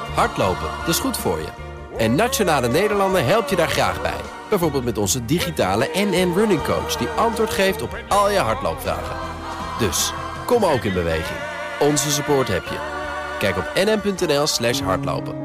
Hardlopen, dat is goed voor je. En Nationale Nederlanden helpt je daar graag bij. Bijvoorbeeld met onze digitale NN Running Coach... die antwoord geeft op al je hardloopvragen. Dus, kom ook in beweging. Onze support heb je. Kijk op nn.nl/hardlopen.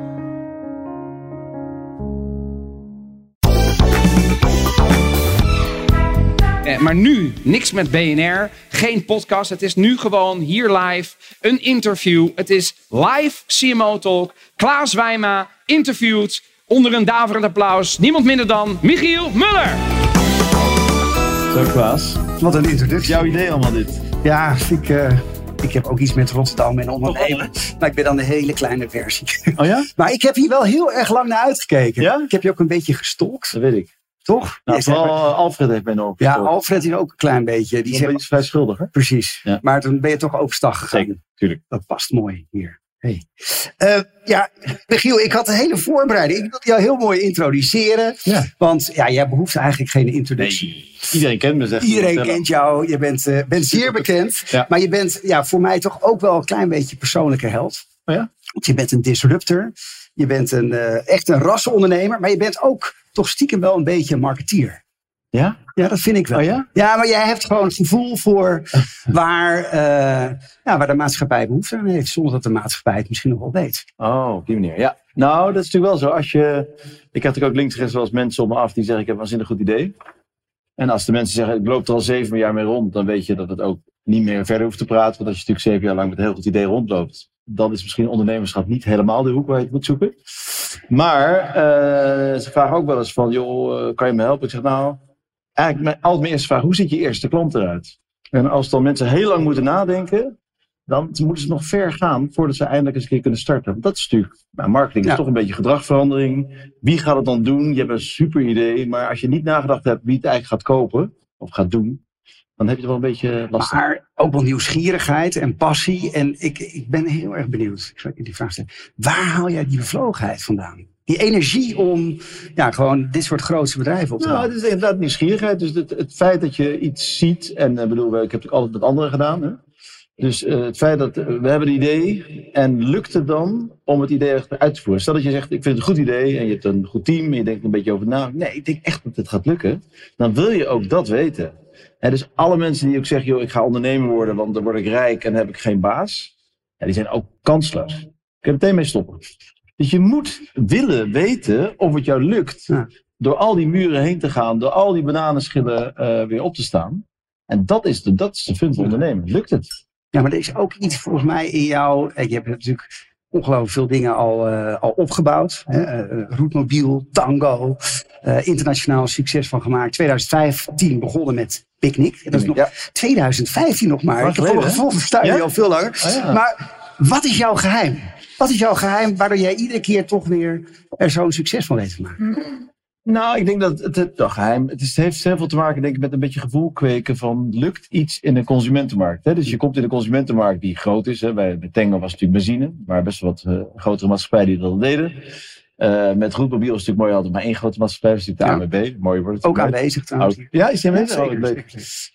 Maar nu niks met BNR, geen podcast. Het is nu gewoon hier live een interview. Het is live CMO Talk. Klaas Wijma interviewt onder een daverend applaus. Niemand minder dan Michiel Muller. Zo Klaas. Wat een introductie. Jouw idee allemaal dit? Ja, ik heb ook iets met Rotterdam en ondernemen. Maar ik ben dan de hele kleine versie. Oh ja? Maar ik heb hier wel heel erg lang naar uitgekeken. Ja? Ik heb je ook een beetje gestalkt. Dat weet ik. Toch? Nou, vooral Alfred heeft mij nog. Ja, Alfred is ook een klein beetje. Die is vrij schuldig, hè? Precies. Ja. Maar toen ben je toch overstag gegaan. Zeker, tuurlijk. Dat past mooi hier. Hey. Michiel, ik had een hele voorbereiding. Ik wilde jou heel mooi introduceren. Ja. Want jij behoeft eigenlijk geen introductie. Nee, iedereen kent me, zegt iedereen kent jou. Je bent zeer bekend. Ja. Maar je bent voor mij toch ook wel een klein beetje persoonlijke held. Oh ja? Want je bent een disruptor. Je bent echt een rassenondernemer. Maar je bent ook toch stiekem wel een beetje een marketeer. Ja? Ja, dat vind ik wel. Oh ja? Ja, maar jij hebt gewoon een gevoel voor waar de maatschappij behoefte aan heeft. Zonder dat de maatschappij het misschien nog wel weet. Oh, op die manier. Ja. Nou, dat is natuurlijk wel zo. Ik heb natuurlijk ook links en rechts wel eens mensen op me af die zeggen ik heb een waanzinnig goed idee. En als de mensen zeggen ik loop er al 7 jaar mee rond. Dan weet je dat het ook niet meer verder hoeft te praten. Want als je natuurlijk 7 jaar lang met een heel goed idee rondloopt. Dan is misschien ondernemerschap niet helemaal de hoek waar je het moet zoeken. Maar ze vragen ook wel eens van joh, kan je me helpen? Ik zeg nou... Eigenlijk altijd mijn eerste vraag, hoe ziet je eerste klant eruit? En als dan mensen heel lang moeten nadenken, dan moeten ze nog ver gaan voordat ze eindelijk eens een keer kunnen starten. Want dat is natuurlijk, marketing is toch een beetje gedragsverandering. Wie gaat het dan doen? Je hebt een super idee, maar als je niet nagedacht hebt wie het eigenlijk gaat kopen of gaat doen, dan heb je het wel een beetje lastig. Maar ook wel nieuwsgierigheid en passie. En ik ben heel erg benieuwd, ik zal je die vraag stellen. Waar haal jij die bevlogenheid vandaan? Die energie om gewoon dit soort grootste bedrijven op te bouwen. Nou, het is inderdaad nieuwsgierigheid. Dus het feit dat je iets ziet. En ik heb het natuurlijk altijd met anderen gedaan. Hè? Dus het feit dat we hebben een idee. En lukt het dan om het idee echt uit te voeren? Stel dat je zegt, ik vind het een goed idee. En je hebt een goed team. En je denkt er een beetje over na. Nee, ik denk echt dat het gaat lukken. Dan wil je ook dat weten. En dus alle mensen die ook zeggen, joh, ik ga ondernemer worden. Want dan word ik rijk en dan heb ik geen baas. Ja, die zijn ook kansloos. Ik kan meteen mee stoppen. Dus je moet willen weten of het jou lukt. Ja. Door al die muren heen te gaan. Door al die bananenschillen weer op te staan. En dat is de fun van ondernemen. Lukt het? Ja, maar er is ook iets volgens mij in jou. Je hebt natuurlijk ongelooflijk veel dingen al opgebouwd. Roetmobiel, Tango. Internationaal succes van gemaakt. 2015 begonnen met Picnic. Dat is nog 2015 nog maar. Ik heb het gevoel, we staan hier al veel langer. Oh, ja. Maar wat is jouw geheim? Wat is jouw geheim waardoor jij iedere keer toch weer er zo'n succes van weet te maken? Nou, ik denk dat het geheim... Het heeft heel veel te maken denk ik, met een beetje gevoel kweken van... lukt iets in de consumentenmarkt? Hè? Dus je komt in de consumentenmarkt die groot is. Hè? Bij Tango was het natuurlijk benzine. Maar best wel wat grotere maatschappijen die dat al deden. Met Roetmobiel is het natuurlijk mooi altijd maar 1 grote maatschappij. Dat is natuurlijk de ANWB. Mooi wordt het. Ook aanwezig trouwens. Ja, is die aanwezig?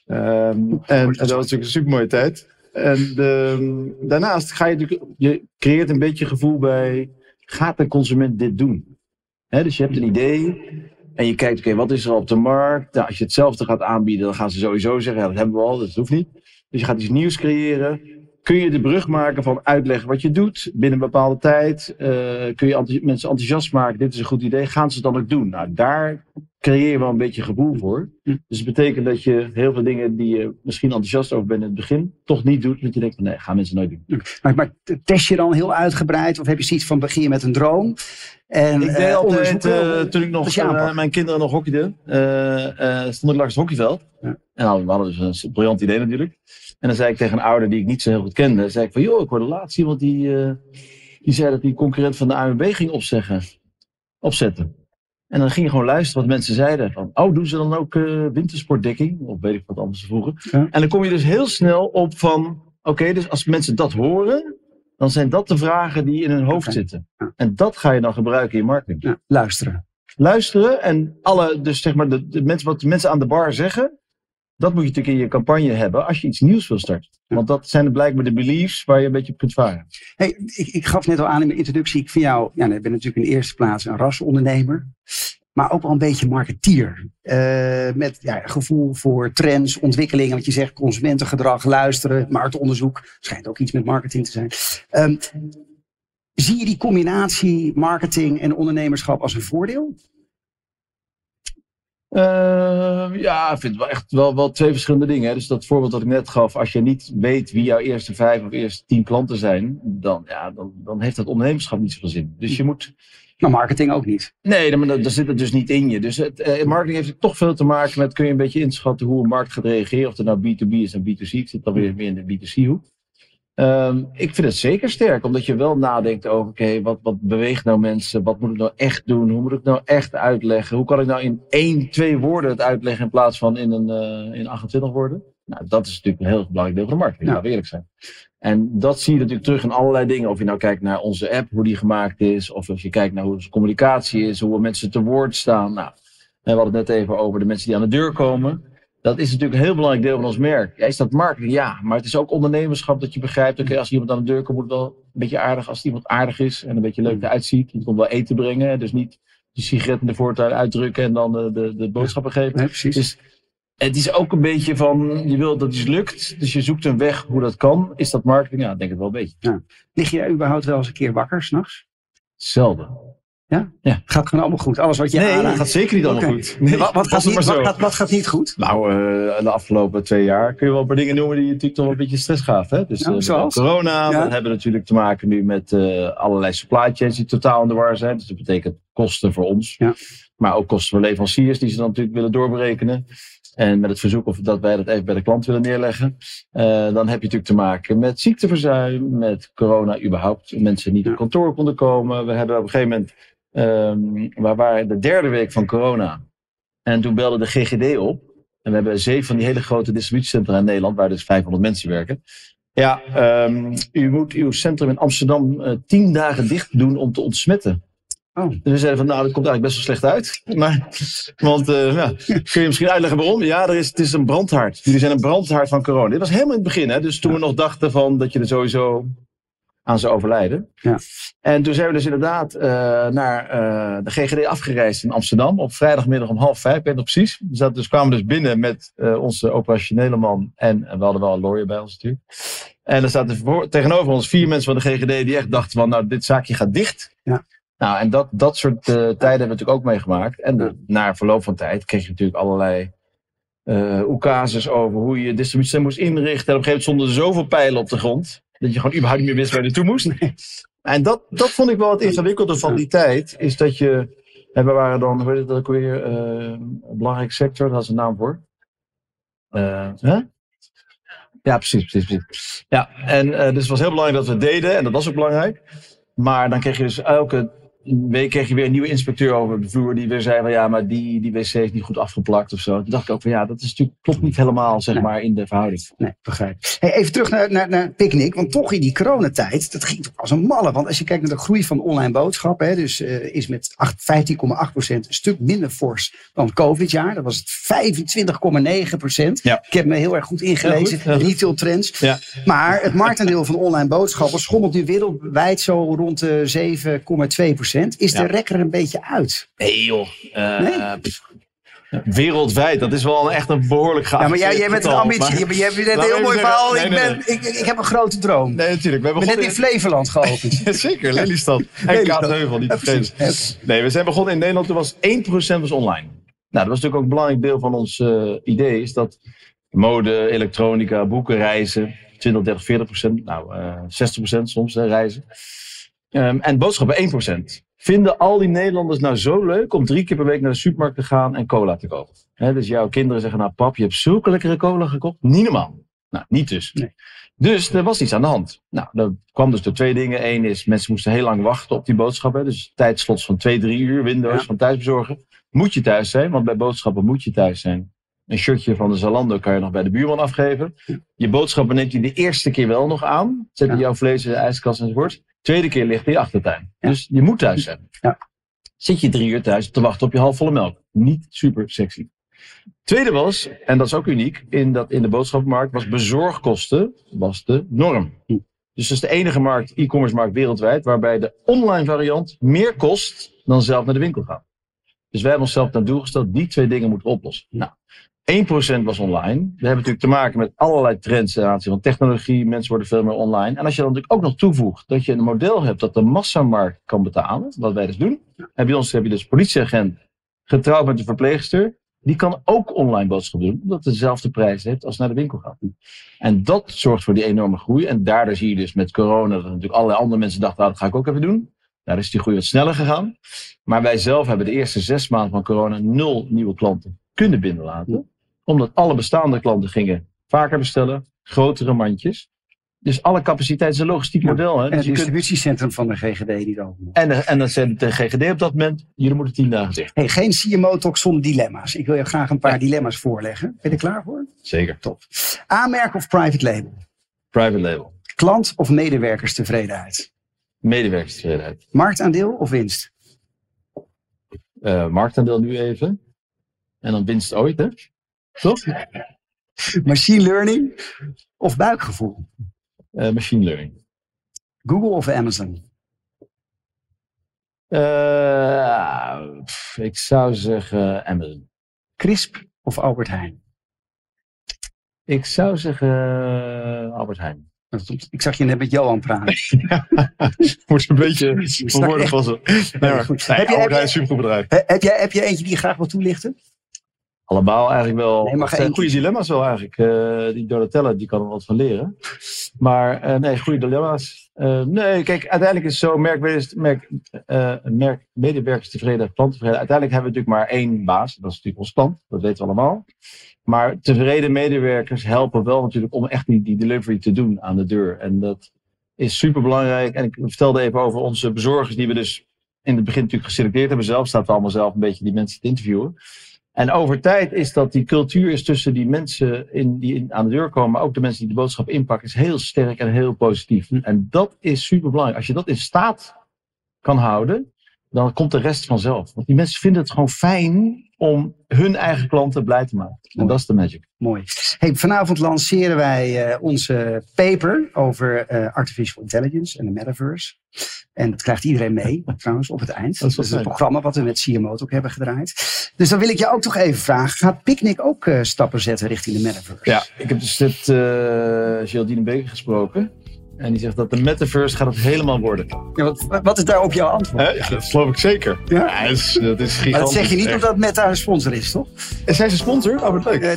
En dat was natuurlijk een super mooie tijd. En daarnaast ga je creëert een beetje gevoel bij, gaat de consument dit doen? Dus je hebt een idee en je kijkt, oké, wat is er op de markt? Nou, als je hetzelfde gaat aanbieden, dan gaan ze sowieso zeggen, dat hebben we al, dat hoeft niet. Dus je gaat iets nieuws creëren. Kun je de brug maken van uitleggen wat je doet binnen een bepaalde tijd? Kun je mensen enthousiast maken, dit is een goed idee, gaan ze het dan ook doen? Nou, daar creëer je wel een beetje gevoel voor. Dus het betekent dat je heel veel dingen die je misschien enthousiast over bent in het begin, toch niet doet. Dat je denkt van nee, gaan mensen nooit doen. Maar test je dan heel uitgebreid? Of heb je zoiets van begin je met een droom? En, ik deed altijd, toen ik nog mijn kinderen nog hockeyden, stond ik langs het hockeyveld. Ja. En we hadden dus een briljant idee natuurlijk. En dan zei ik tegen een ouder die ik niet zo heel goed kende, zei ik van joh, ik hoorde laatst iemand die zei dat die concurrent van de ANWB ging opzetten. En dan ging je gewoon luisteren wat mensen zeiden. Van, doen ze dan ook wintersportdekking? Of weet ik wat anders vroeger. Ja. En dan kom je dus heel snel op van, oké, dus als mensen dat horen, dan zijn dat de vragen die in hun hoofd zitten. Ja. En dat ga je dan gebruiken in je marketing. Ja, luisteren en dus zeg maar wat de mensen aan de bar zeggen, Dat moet je natuurlijk in je campagne hebben als je iets nieuws wil starten. Want dat zijn blijkbaar de beliefs waar je een beetje op kunt varen. Hey, ik gaf net al aan in mijn introductie. Ik vind jou, je bent natuurlijk in de eerste plaats een rasondernemer. Maar ook wel een beetje marketeer. Met gevoel voor trends, ontwikkelingen. Wat je zegt, consumentengedrag, luisteren, marktonderzoek. Schijnt ook iets met marketing te zijn. Zie je die combinatie marketing en ondernemerschap als een voordeel? Ik vind het wel echt wel twee verschillende dingen. Hè. Dus dat voorbeeld dat ik net gaf. Als je niet weet wie jouw eerste 5 of eerste 10 klanten zijn. Dan heeft dat ondernemerschap niet zoveel zin. Dus je moet... Nou, marketing ook niet. Nee, maar daar zit het dus niet in je. Dus marketing heeft toch veel te maken met... kun je een beetje inschatten hoe een markt gaat reageren. Of het nou B2B is en B2C. Ik zit dan weer meer in de B2C-hoek. Ik vind het zeker sterk. Omdat je wel nadenkt over... Oké, wat beweegt nou mensen? Wat moet ik nou echt doen? Hoe moet ik het nou echt uitleggen? Hoe kan ik nou in 1, 2 woorden het uitleggen... in plaats van in 28 woorden? Nou, dat is natuurlijk een heel belangrijk deel van de marketing. Laten we eerlijk zijn. En dat zie je natuurlijk terug in allerlei dingen. Of je nou kijkt naar onze app, hoe die gemaakt is. Of als je kijkt naar hoe onze communicatie is. Hoe mensen te woord staan. Nou, we hadden het net even over de mensen die aan de deur komen. Dat is natuurlijk een heel belangrijk deel van ons merk. Ja, is dat marketing? Ja, maar het is ook ondernemerschap dat je begrijpt. Oké, als iemand aan de deur komt, moet het wel een beetje aardig. Als iemand aardig is en een beetje leuk eruit ziet. Je komt wel eten brengen. Dus niet de sigaret in de voortuin uitdrukken en dan de boodschappen geven. Nee, precies. Dus het is ook een beetje van, je wil dat iets lukt. Dus je zoekt een weg hoe dat kan. Is dat marketing? Ja, ik denk het wel een beetje. Ja. Lig je überhaupt wel eens een keer wakker 's nachts? Zelden. Ja? Ja. Gaat gewoon allemaal goed? Alles wat je Nee, aanraakt? dat gaat zeker niet allemaal goed. Nee, Wat gaat niet goed? Nou, de afgelopen 2 jaar kun je wel een paar dingen noemen die je natuurlijk toch wel een beetje stress gaven. Hè? Dus zoals? Corona, we hebben natuurlijk te maken nu met allerlei supply chains die totaal in de war zijn. Dus dat betekent kosten voor ons. Ja. Maar ook kosten voor leveranciers die ze dan natuurlijk willen doorberekenen. En met het verzoek of dat wij dat even bij de klant willen neerleggen. Dan heb je natuurlijk te maken met ziekteverzuim, met corona überhaupt. Mensen niet op kantoor konden komen. We hebben op een gegeven moment, we waren de 3e week van corona. En toen belde de GGD op. En we hebben 7 van die hele grote distributiecentra in Nederland, waar dus 500 mensen werken. Ja, u moet uw centrum in Amsterdam 10 dagen dicht doen om te ontsmetten. Oh. Dus we zeiden van, nou, dat komt eigenlijk best wel slecht uit. Kun je misschien uitleggen waarom? Ja, het is een brandhaard. Jullie zijn een brandhaard van corona. Dit was helemaal in het begin, hè? Dus toen we nog dachten van dat je er sowieso aan zou overlijden. Ja. En toen zijn we dus inderdaad naar de GGD afgereisd in Amsterdam. Op vrijdagmiddag om 4:30, ik weet het nog precies. Dus kwamen we dus binnen met onze operationele man. En we hadden wel een lawyer bij ons natuurlijk. En er zaten tegenover ons 4 mensen van de GGD die echt dachten van, nou, dit zaakje gaat dicht. Ja. Nou, en dat soort tijden hebben we natuurlijk ook meegemaakt. En na verloop van tijd kreeg je natuurlijk allerlei oekases over hoe je distributie moest inrichten. En op een gegeven moment stonden er zoveel pijlen op de grond, dat je gewoon überhaupt niet meer wist waar je naartoe moest. En dat vond ik wel het ingewikkelde van die tijd. Is dat we waren dan, hoe heet het ook weer, een belangrijke sector, daar is een naam voor. Ja, precies. Ja, en dus het was heel belangrijk dat we het deden. En dat was ook belangrijk. Maar dan kreeg je dus elke week weer een nieuwe inspecteur over de vloer. Die weer zei van, ja, maar die wc is niet goed afgeplakt of zo. Toen dacht ik ook van, ja, dat is natuurlijk, klopt niet helemaal, zeg maar, in de verhouding. Nee, begrijp. Hey, even terug naar Picnic. Want toch in die coronatijd, dat ging toch als een malle. Want als je kijkt naar de groei van online boodschappen. Hè, dus is met 15,8% een stuk minder fors dan COVID-jaar. Dat was het 25,9%. Ja. Ik heb me heel erg goed ingelezen. Retail trends. Ja. Maar het marktaandeel van online boodschappen schommelt nu wereldwijd zo rond de 7,2%. Is de rek er een beetje uit? Nee joh. Wereldwijd, dat is wel echt een behoorlijk gaaf. Ja, maar jij bent een ambitie. Je hebt net een heel mooi verhaal. Ik heb een grote droom. Nee, natuurlijk. We hebben net in Flevoland geopend. Zeker, Lelystad. En Kaatsheuvel, niet te vergeten. Nee, we zijn begonnen in Nederland. Toen was 1% was online. Nou, dat was natuurlijk ook een belangrijk deel van ons idee. Is dat mode, elektronica, boeken, reizen. 20, 30, 40%. Nou, 60% soms reizen. En boodschappen 1%. Vinden al die Nederlanders nou zo leuk om 3 keer per week naar de supermarkt te gaan en cola te kopen? Dus jouw kinderen zeggen, nou pap, je hebt zulke lekkere cola gekocht. Niet normaal. Nou, niet dus. Nee. Dus er was iets aan de hand. Nou, dat kwam dus door 2 dingen. Eén is, mensen moesten heel lang wachten op die boodschappen. Dus tijdslots van 2-3 uur, Windows van thuisbezorgen. Moet je thuis zijn, want bij boodschappen moet je thuis zijn. Een shirtje van de Zalando kan je nog bij de buurman afgeven. Je boodschappen neemt hij de eerste keer wel nog aan. Zet je jouw vlees in de ijskast enzovoort. Tweede keer ligt in je achtertuin. Ja. Dus je moet thuis zijn. Ja. Zit je 3 uur thuis te wachten op je halfvolle melk. Niet super sexy. Tweede was, en dat is ook uniek, in de boodschappenmarkt, was bezorgkosten was de norm. Dus dat is de enige markt, e-commerce markt wereldwijd, waarbij de online variant meer kost dan zelf naar de winkel gaan. Dus wij hebben onszelf ten doel gesteld, die 2 dingen moeten oplossen. Nou, 1% was online. We hebben natuurlijk te maken met allerlei trends ten aanzien van technologie. Mensen worden veel meer online. En als je dan natuurlijk ook nog toevoegt dat je een model hebt dat de massamarkt kan betalen, wat wij dus doen. En bij ons heb je dus politieagent getrouwd met de verpleegster. Die kan ook online boodschap doen, omdat het dezelfde prijs heeft als naar de winkel gaat. En dat zorgt voor die enorme groei. En daardoor zie je dus met corona dat natuurlijk allerlei andere mensen dachten, dat ga ik ook even doen. Daar is die groei wat sneller gegaan. Maar wij zelf hebben de eerste 6 maanden van corona 0 nieuwe klanten kunnen binnenlaten. Omdat alle bestaande klanten gingen vaker bestellen, grotere mandjes. Dus alle capaciteit is een logistiek model. Hè? En Dus het distributiecentrum van de GGD die ook. En dan zei de GGD op dat moment, jullie moeten 10 dagen dicht. Hey, geen CMO-talk zonder dilemma's. Ik wil je graag een paar dilemma's voorleggen. Ben je er klaar voor? Zeker. Top. A-merk of private label? Private label. Klant of medewerkerstevredenheid? Medewerkerstevredenheid. Marktaandeel of winst? Marktaandeel nu even. En dan winst ooit, hè? Toch? Machine learning of buikgevoel? Machine learning. Google of Amazon? Ik zou zeggen Amazon. Crisp of Albert Heijn? Ik zou zeggen Albert Heijn. Ik zag je net met Johan praten. Wordt een beetje voor woorden passen. Nee, maar goed. Albert Heijn is een supergoed bedrijf. Heb je eentje die je graag wil toelichten? Allemaal eigenlijk wel. Nee, het zijn goede dilemma's wel eigenlijk. Die Donatella, die kan er wat van leren. Maar nee, goede dilemma's. Nee, kijk, uiteindelijk is het zo, merk medewerkerstevredenheid, klanttevredenheid. Uiteindelijk hebben we natuurlijk maar 1 baas. Dat is natuurlijk ons klant, dat weten we allemaal. Maar tevreden medewerkers helpen wel natuurlijk om echt die delivery te doen aan de deur. En dat is super belangrijk. En ik vertelde even over onze bezorgers die we dus in het begin natuurlijk geselecteerd hebben. Zelf staat we allemaal zelf een beetje die mensen te interviewen. En over tijd is dat die cultuur is tussen die mensen die aan de deur komen, maar ook de mensen die de boodschap inpakken, is heel sterk en heel positief. En dat is super belangrijk. Als je dat in staat kan houden, dan komt de rest vanzelf. Want die mensen vinden het gewoon fijn om hun eigen klanten blij te maken. En dat is de magic. Mooi. Hey, vanavond lanceren wij onze paper over artificial intelligence en de metaverse. En dat krijgt iedereen mee, trouwens, op het eind. Dat is het programma wat we met CMO ook hebben gedraaid. Dus dan wil ik je ook toch even vragen. Gaat Picnic ook stappen zetten richting de metaverse? Ja, ik heb dus met Geraldine Beker gesproken. En die zegt dat de metaverse gaat het helemaal worden. Ja, wat is daar op jouw antwoord? Ja, dat geloof ik zeker. Ja? Dat is gigantisch. Maar dat zeg je niet omdat Meta een sponsor is, toch? En zijn ze sponsor? Oh, wat leuk.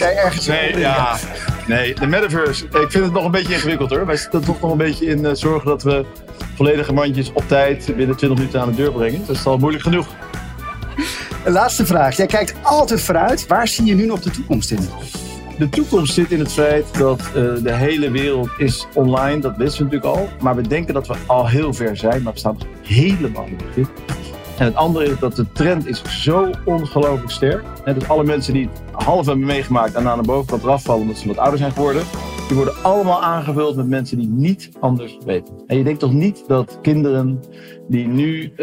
Nee, de metaverse. Ik vind het nog een beetje ingewikkeld hoor. Wij zitten toch nog een beetje in zorgen dat we volledige mandjes op tijd binnen 20 minuten aan de deur brengen. Dat is al moeilijk genoeg. Een laatste vraag. Jij kijkt altijd vooruit. Waar zie je nu nog de toekomst in? De toekomst zit in het feit dat de hele wereld is online. Dat wisten we natuurlijk al. Maar we denken dat we al heel ver zijn. Maar we staan helemaal in het begin. En het andere is dat de trend is zo ongelooflijk sterk. Dus alle mensen die het half hebben meegemaakt en aan de bovenkant eraf vallen omdat ze wat ouder zijn geworden. Die worden allemaal aangevuld met mensen die niet anders weten. En je denkt toch niet dat kinderen die nu,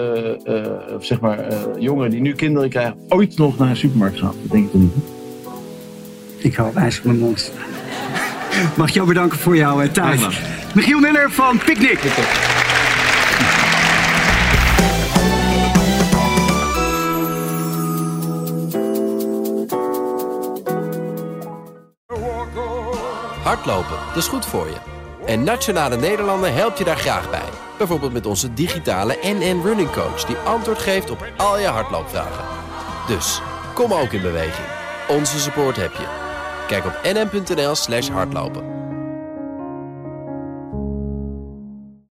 jongeren die nu kinderen krijgen, ooit nog naar een supermarkt gaan? Dat denk ik toch niet. Ik hou ijs op mijn mond. Mag ik jou bedanken voor jouw tijd. Ja, Michiel Miller van Picnic. Hardlopen, dat is goed voor je. En Nationale Nederlanden helpt je daar graag bij. Bijvoorbeeld met onze digitale NN Running Coach, die antwoord geeft op al je hardloopvragen. Dus, kom ook in beweging. Onze support heb je. Kijk op nn.nl/hardlopen.